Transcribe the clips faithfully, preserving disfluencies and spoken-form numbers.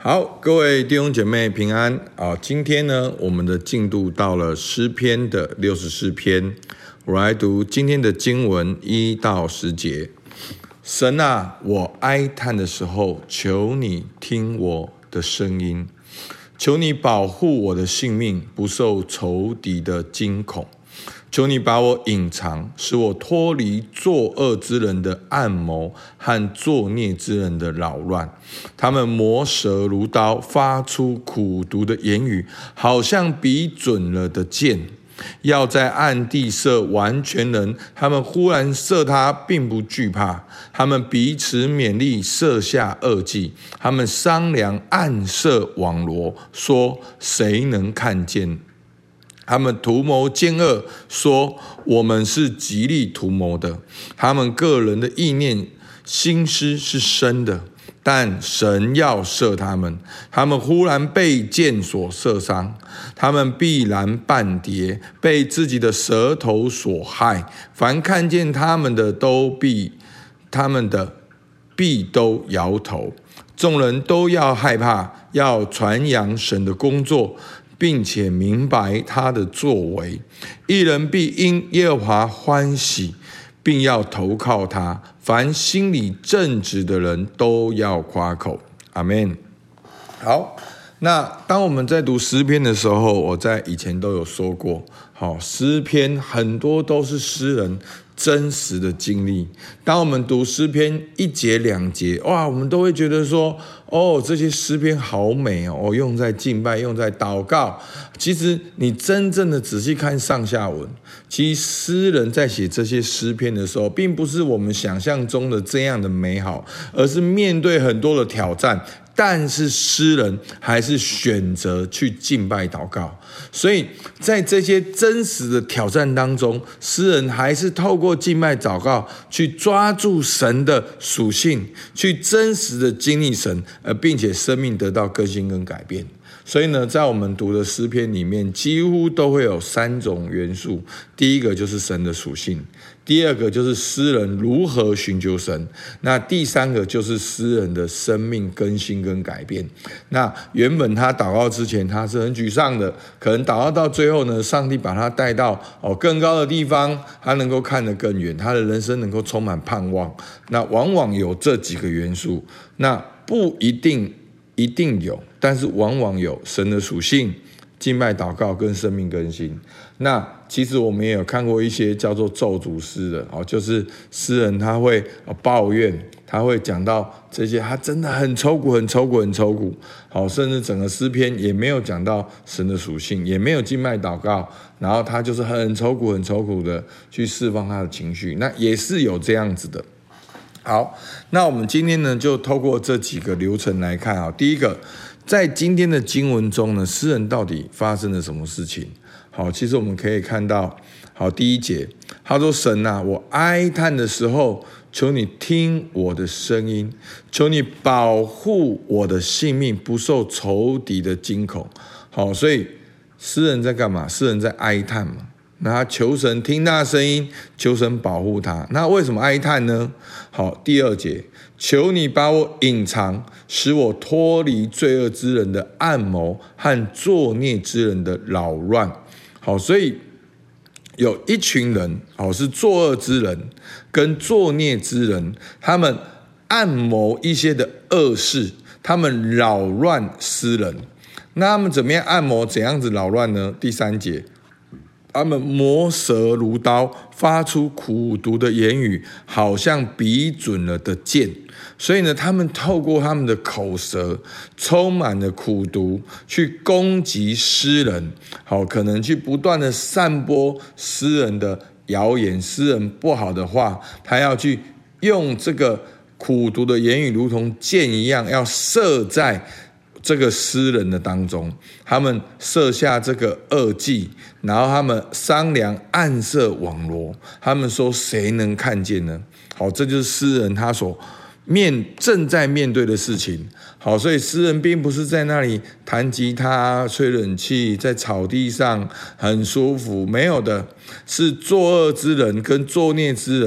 好，各位弟兄姐妹平安啊！今天呢，我们的进度到了诗篇的六十四篇，我来读今天的经文一到十节。神啊，我哀叹的时候，求你听我的声音，求你保护我的性命，不受仇敌的惊恐。求你把我隐藏，使我脱离作恶之人的暗谋和作孽之人的扰乱。他们磨舌如刀，发出苦毒的言语，好像比准了的箭，要在暗地射完全人。他们忽然射他，并不惧怕。他们彼此勉励，设下恶计。他们商量，暗设网罗，说谁能看见？他们图谋奸恶，说我们是极力图谋的。他们个人的意念心思是深的，但神要射他们。他们忽然被箭所射伤，他们必然半跌，被自己的舌头所害。凡看见他们的，都必他们的必都摇头。众人都要害怕，要传扬神的工作，并且明白他的作为。一人必因耶和华欢喜，并要投靠他。凡心里正直的人都要夸口。阿们。好，那当我们在读诗篇的时候，我在以前都有说过，好，诗篇很多都是诗人真实的经历。当我们读诗篇一节两节，哇，我们都会觉得说，哦，这些诗篇好美哦，用在敬拜，用在祷告。其实你真正的仔细看上下文，其实诗人在写这些诗篇的时候，并不是我们想象中的这样的美好，而是面对很多的挑战，但是诗人还是选择去敬拜祷告。所以在这些真实的挑战当中，诗人还是透过敬拜祷告去抓住神的属性，去真实的经历神，而并且生命得到更新跟改变。所以呢，在我们读的诗篇里面，几乎都会有三种元素。第一个就是神的属性，第二个就是诗人如何寻求神，那第三个就是诗人的生命更新跟改变。那原本他祷告之前，他是很沮丧的，可能祷告到最后呢，上帝把他带到哦更高的地方，他能够看得更远，他的人生能够充满盼望。那往往有这几个元素，那不一定一定有，但是往往有神的属性、敬拜祷告跟生命更新。那其实我们也有看过一些叫做咒诅诗的，就是诗人他会抱怨，他会讲到这些，他真的很愁苦很愁苦很愁苦，甚至整个诗篇也没有讲到神的属性，也没有敬拜祷告，然后他就是很愁苦很愁苦的去释放他的情绪，那也是有这样子的。好，那我们今天呢，就透过这几个流程来看啊。第一个，在今天的经文中呢，诗人到底发生了什么事情？好，其实我们可以看到，好，第一节，他说：“神啊，我哀叹的时候，求你听我的声音，求你保护我的性命，不受仇敌的惊恐。”好，所以诗人在干嘛？诗人在哀叹嘛。那他求神听他的声音，求神保护他。那为什么哀叹呢？好，第二节，求你把我隐藏，使我脱离罪恶之人的暗谋和作孽之人的扰乱。好，所以有一群人，好，是作恶之人跟作孽之人，他们暗谋一些的恶事，他们扰乱诗人。那他们怎么样暗谋？怎样子扰乱呢？第三节，他们磨舌如刀，发出苦毒的言语，好像比准了的箭。所以呢，他们透过他们的口舌，充满了苦毒，去攻击诗人。好，可能去不断的散播诗人的谣言，诗人不好的话，他要去用这个苦毒的言语，如同箭一样，要射在这个诗人的当中。他们设下这个恶计，然后他们商量，暗设网罗。他们说谁能看见呢？好，这就是诗人他所面正在面对的事情。好，所以诗人并不是在那里弹吉他、吹冷气，在草地上很舒服，没有的，是作恶之人跟作孽之人要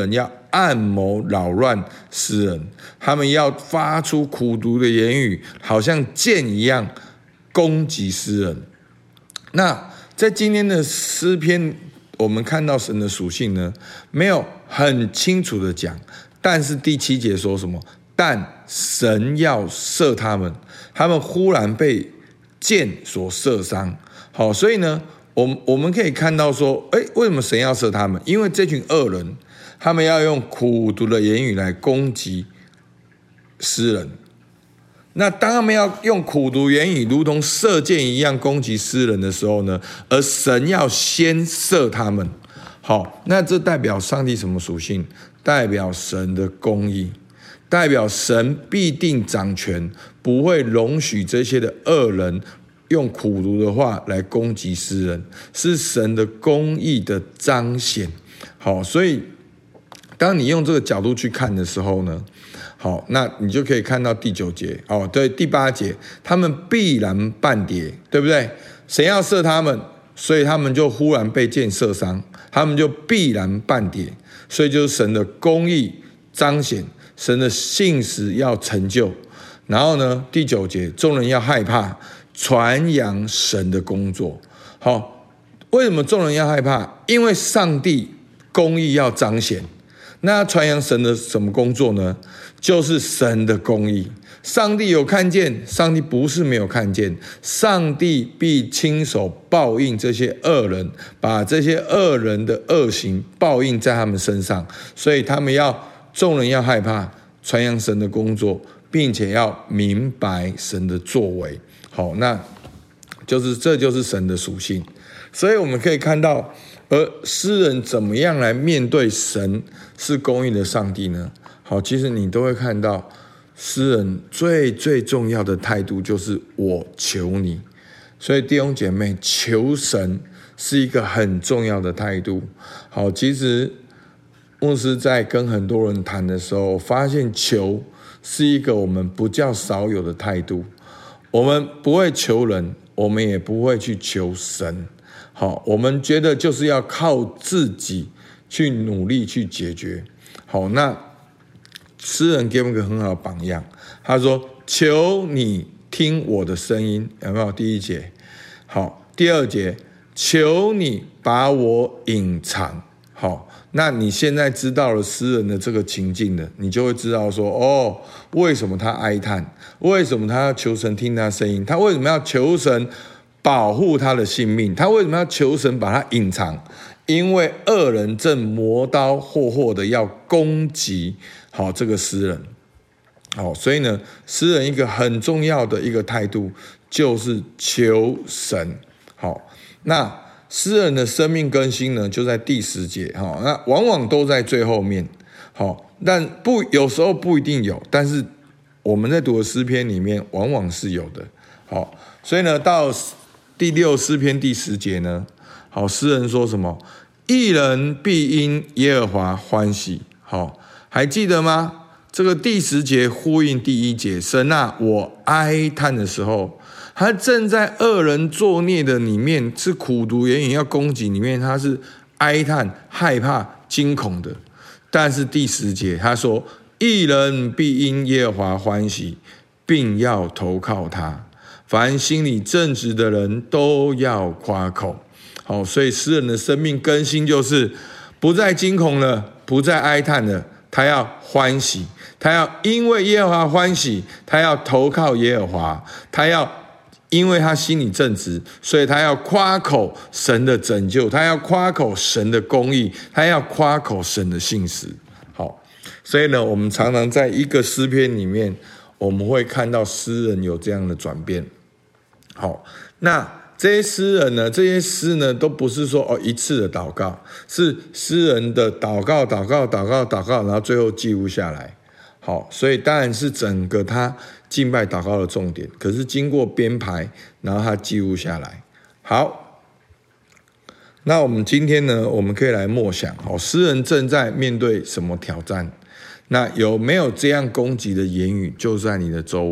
暗谋扰乱诗人，他们要发出苦毒的言语，好像箭一样攻击诗人。那在今天的诗篇，我们看到神的属性呢，没有很清楚的讲，但是第七节说什么？但神要射他们，他们忽然被箭所射伤。好，所以呢，我们我们可以看到说，哎，为什么神要射他们？因为这群恶人，他们要用苦毒的言语来攻击诗人。那当他们要用苦毒言语如同射箭一样攻击诗人的时候呢，而神要先射他们。好，那这代表上帝什么属性？代表神的公义，代表神必定掌权，不会容许这些的恶人用苦毒的话来攻击诗人，是神的公义的彰显。好，所以当你用这个角度去看的时候呢，好，那你就可以看到第九节，哦，对，第八节，他们必然半跌，对不对？神要射他们，所以他们就忽然被箭射伤，他们就必然半跌，所以就是神的公义彰显，神的信实要成就。然后呢，第九节，众人要害怕，传扬神的工作。好，为什么众人要害怕？因为上帝公义要彰显。那传扬神的什么工作呢？就是神的公义。上帝有看见，上帝不是没有看见，上帝必亲手报应这些恶人，把这些恶人的恶行报应在他们身上。所以他们要众人要害怕，传扬神的工作，并且要明白神的作为。好，那就是这就是神的属性。所以我们可以看到，而诗人怎么样来面对神是公义的上帝呢？好，其实你都会看到诗人最最重要的态度就是我求你。所以弟兄姐妹，求神是一个很重要的态度。好，其实牧师在跟很多人谈的时候，我发现求是一个我们不较少有的态度。我们不会求人，我们也不会去求神。好，我们觉得就是要靠自己去努力去解决。好，那诗人给我们一个很好的榜样，他说：“求你听我的声音。”有没有？第一节。好，第二节，求你把我隐藏。好，那你现在知道了诗人的这个情境了，你就会知道说，哦，为什么他哀叹？为什么他要求神听他声音？他为什么要求神保护他的性命？他为什么要求神把他隐藏？因为恶人正磨刀霍霍的要攻击好这个诗人。好，所以呢，诗人一个很重要的一个态度就是求神。好，那诗人的生命更新呢，就在第十节。好，那往往都在最后面。好，但不有时候不一定有，但是我们在读的诗篇里面往往是有的。好，所以呢，到第六诗篇第十节呢，好，诗人说什么？义人必因耶和华欢喜。好，还记得吗？这个第十节呼应第一节，神啊，我哀叹的时候，他正在恶人作孽的里面，是苦毒言语要攻击里面，他是哀叹、害怕、惊恐的。但是第十节他说，义人必因耶和华欢喜，并要投靠他。凡心里正直的人都要夸口。好，所以诗人的生命更新就是不再惊恐了，不再哀叹了，他要欢喜，他要因为耶和华欢喜，他要投靠耶和华，他要因为他心里正直，所以他要夸口神的拯救，他要夸口神的公义，他要夸口神的信实。好，所以呢，我们常常在一个诗篇里面，我们会看到诗人有这样的转变。好，那这些诗人呢，这些诗呢，都不是说哦一次的祷告，是诗人的祷告、祷告、祷告、祷告，然后最后记录下来。好，所以当然是整个他敬拜祷告的重点，可是经过编排，然后他记录下来。好，那我们今天呢，我们可以来默想，好，诗人正在面对什么挑战？那有没有这样攻击的言语就在你的周围？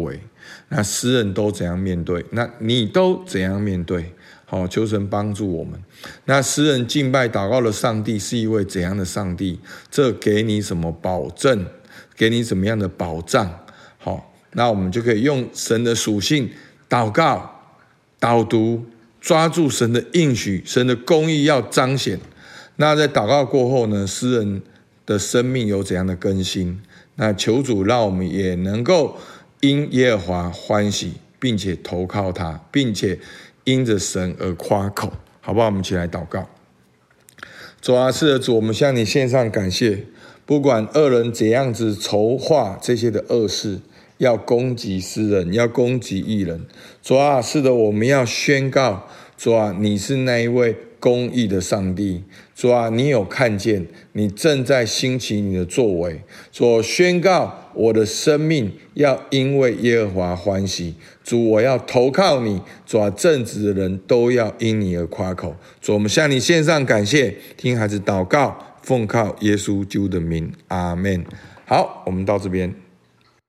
那诗人都怎样面对？那你都怎样面对？好，求神帮助我们。那诗人敬拜祷告的上帝是一位怎样的上帝？这给你什么保证？给你什么样的保障？好，那我们就可以用神的属性祷告、导读，抓住神的应许，神的公义要彰显。那在祷告过后呢，诗人的生命有怎样的更新？那求主让我们也能够因耶和华欢喜，并且投靠他，并且因着神而夸口，好不好？我们一起来祷告。主啊，是的主，我们向你献上感谢。不管恶人怎样子筹划这些的恶事，要攻击诗人，要攻击义人，主啊，是的，我们要宣告，主啊，你是那一位公义的上帝。主啊，你有看见，你正在兴起你的作为。主，宣告我的生命要因为耶和华欢喜。主，我要投靠你。主啊，正直的人都要因你而夸口。主，我们向你献上感谢，听孩子祷告，奉靠耶稣基督的名，阿们。好，我们到这边。